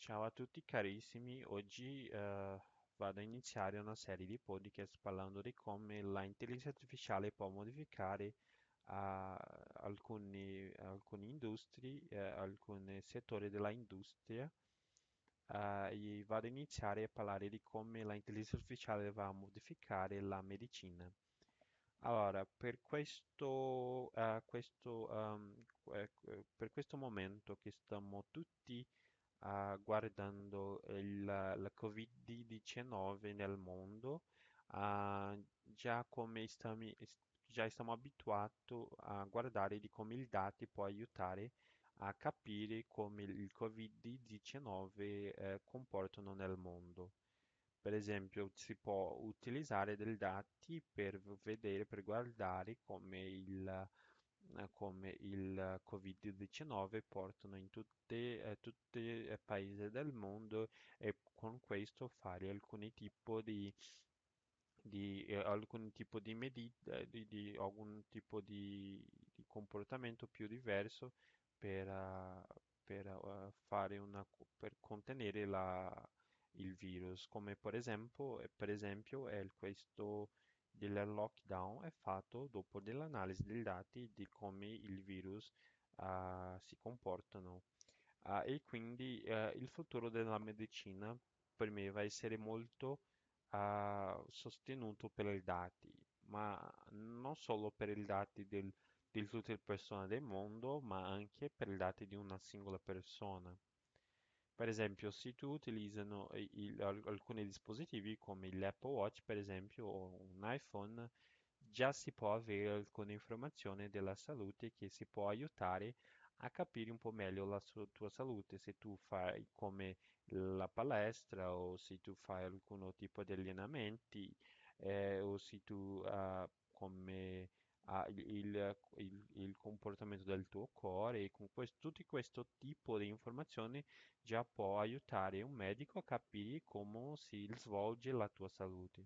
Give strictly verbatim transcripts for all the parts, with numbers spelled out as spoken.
Ciao a tutti carissimi, oggi eh, vado a iniziare una serie di podcast parlando di come l'intelligenza artificiale può modificare ah, alcuni, alcuni industrie, eh, alcuni settori della industria. Eh, e vado a iniziare a parlare di come l'intelligenza artificiale va a modificare la medicina. Allora, per questo, eh, questo, ehm, que- que- per questo momento che stiamo tutti ah, guardando il, la Covid diciannove nel mondo, ah, già come stiamo, già siamo abituati a guardare di come i dati può aiutare a capire come il Covid diciannove eh, comportano nel mondo. Per esempio, si può utilizzare dei dati per vedere, per guardare come il, eh, come il Covid diciannove portano in tutte, eh, tutti i paesi del mondo e con questo fare alcuni tipi di, di, eh, alcun tipo di medida, di, di alcun tipo di, di comportamento più diverso per, eh, per, eh, fare una, per contenere la, il virus, come per esempio, eh, per esempio è il- questo del lockdown è fatto dopo dell'analisi dei dati di come il virus eh, si comportano. Ah, e quindi eh, il futuro della medicina per me va a essere molto ah, sostenuto per i dati, ma non solo per i dati del- di tutte le persone del mondo, ma anche per i dati di una singola persona. Per esempio, se tu utilizzano i- il- al- alcuni dispositivi come l'Apple Watch, per esempio, o un iPhone, già si può avere alcune informazioni della salute che si può aiutare a capire un po' meglio la su- tua salute, se tu fai come la palestra o se tu fai alcun tipo di allenamenti eh, o se tu ah, come ah, il, il- il- il comportamento del tuo cuore e con questo, tutti questo tipo di informazioni già può aiutare un medico a capire come si svolge la tua salute.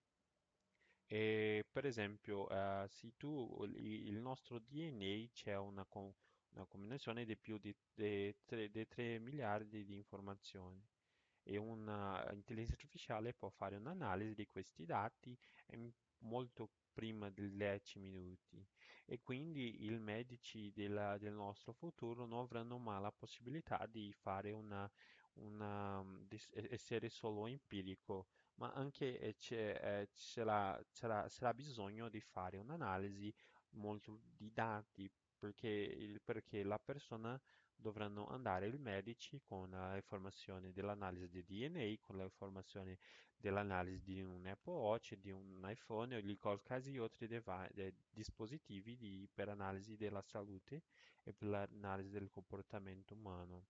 E per esempio, eh, se tu il il nostro D N A c'è una, co- una combinazione di più di, di tre di tre miliardi di informazioni e una intelligenza artificiale può fare un'analisi di questi dati in molto prima dei dieci minuti e quindi i medici della- del nostro futuro non avranno mai la possibilità di fare una, una, di s- essere solo empirico, ma anche eh, c'è, eh, c'era, c'era- sarà bisogno di fare un'analisi molto di dati perché, il- perché la persona dovranno andare i medici con le informazioni dell'analisi di D N A, con le informazioni dell'analisi di un Apple Watch, di un iPhone o di qualsiasi altro devi- eh, dispositivi di- per analisi della salute e per l'analisi del comportamento umano.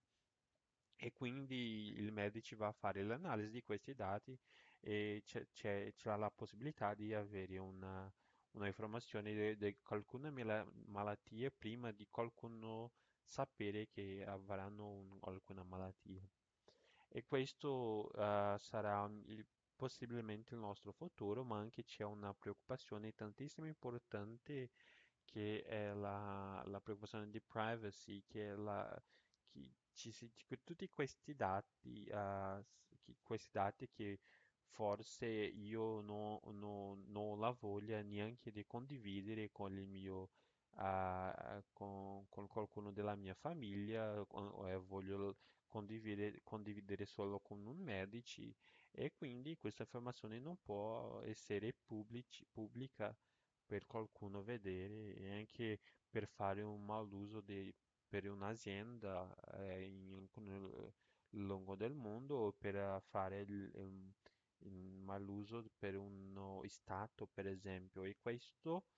E quindi il medico va a fare l'analisi di questi dati e c'è, c'è- c'è la possibilità di avere una, una informazione di alcune mela- malattie prima di qualcuno sapere che avranno un- alcuna malattia. E questo eh, sarà il- possibilmente il nostro futuro, ma anche c'è una preoccupazione tantissimo importante che è la, la preoccupazione di privacy, che è la, che ci si- che tutti questi dati, eh, s- che- questi dati che forse io no- no- non ho la voglia neanche di condividere con il mio, eh, con, con qualcuno della mia famiglia, o- eh, voglio condividere, condividere solo con un medico e quindi questa informazione non può essere pubblici- pubblica per qualcuno vedere e anche per fare un maluso di, per un'azienda eh, in, nel lungo del mondo o per eh, fare il, il- il maluso per uno stato, per esempio. E questo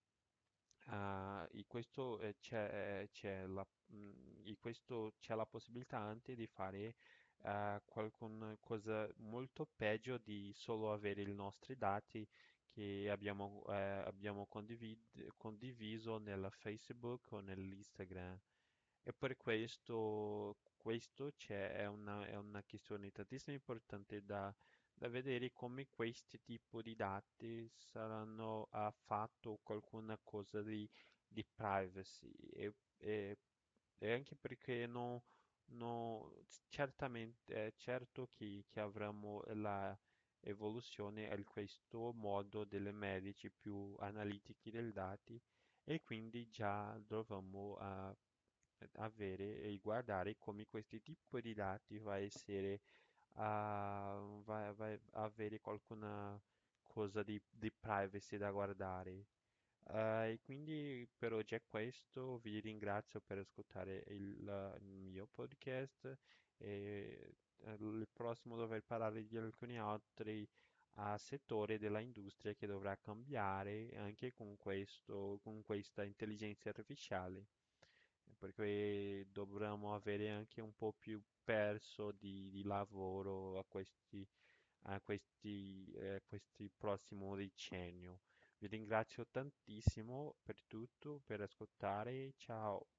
Ah, in questo eh, c'è eh, c'è la, mm, in questo c'è la possibilità anche di fare eh, qualcun cosa molto peggio di solo avere i nostri dati che abbiamo, eh, abbiamo condivid- condiviso nella Facebook o nell'Instagram. E per questo, questo c'è, è una, è una questione tantissimo importante da, da vedere come questi tipi di dati saranno ah, fatto qualcuna cosa di, di privacy e, e- e anche perché no- No, certamente, è certo che, che avremo la evoluzione in questo modo delle medici più analitiche dei dati e quindi già dovremo eh, avere e guardare come questi tipi di dati va a essere, ah, va, va a avere qualcuna cosa di, di privacy da guardare. Eh, e quindi per oggi è questo, vi ringrazio per ascoltare il, il mio podcast e eh, il prossimo dovrei parlare di alcuni altri ah, settori della industria che dovrà cambiare anche con questo, con questa intelligenza artificiale, perché dovremo avere anche un po' più perso di, di lavoro a questi, a questi, eh, questi prossimo decennio. Vi ringrazio tantissimo per tutto, per ascoltare. Ciao.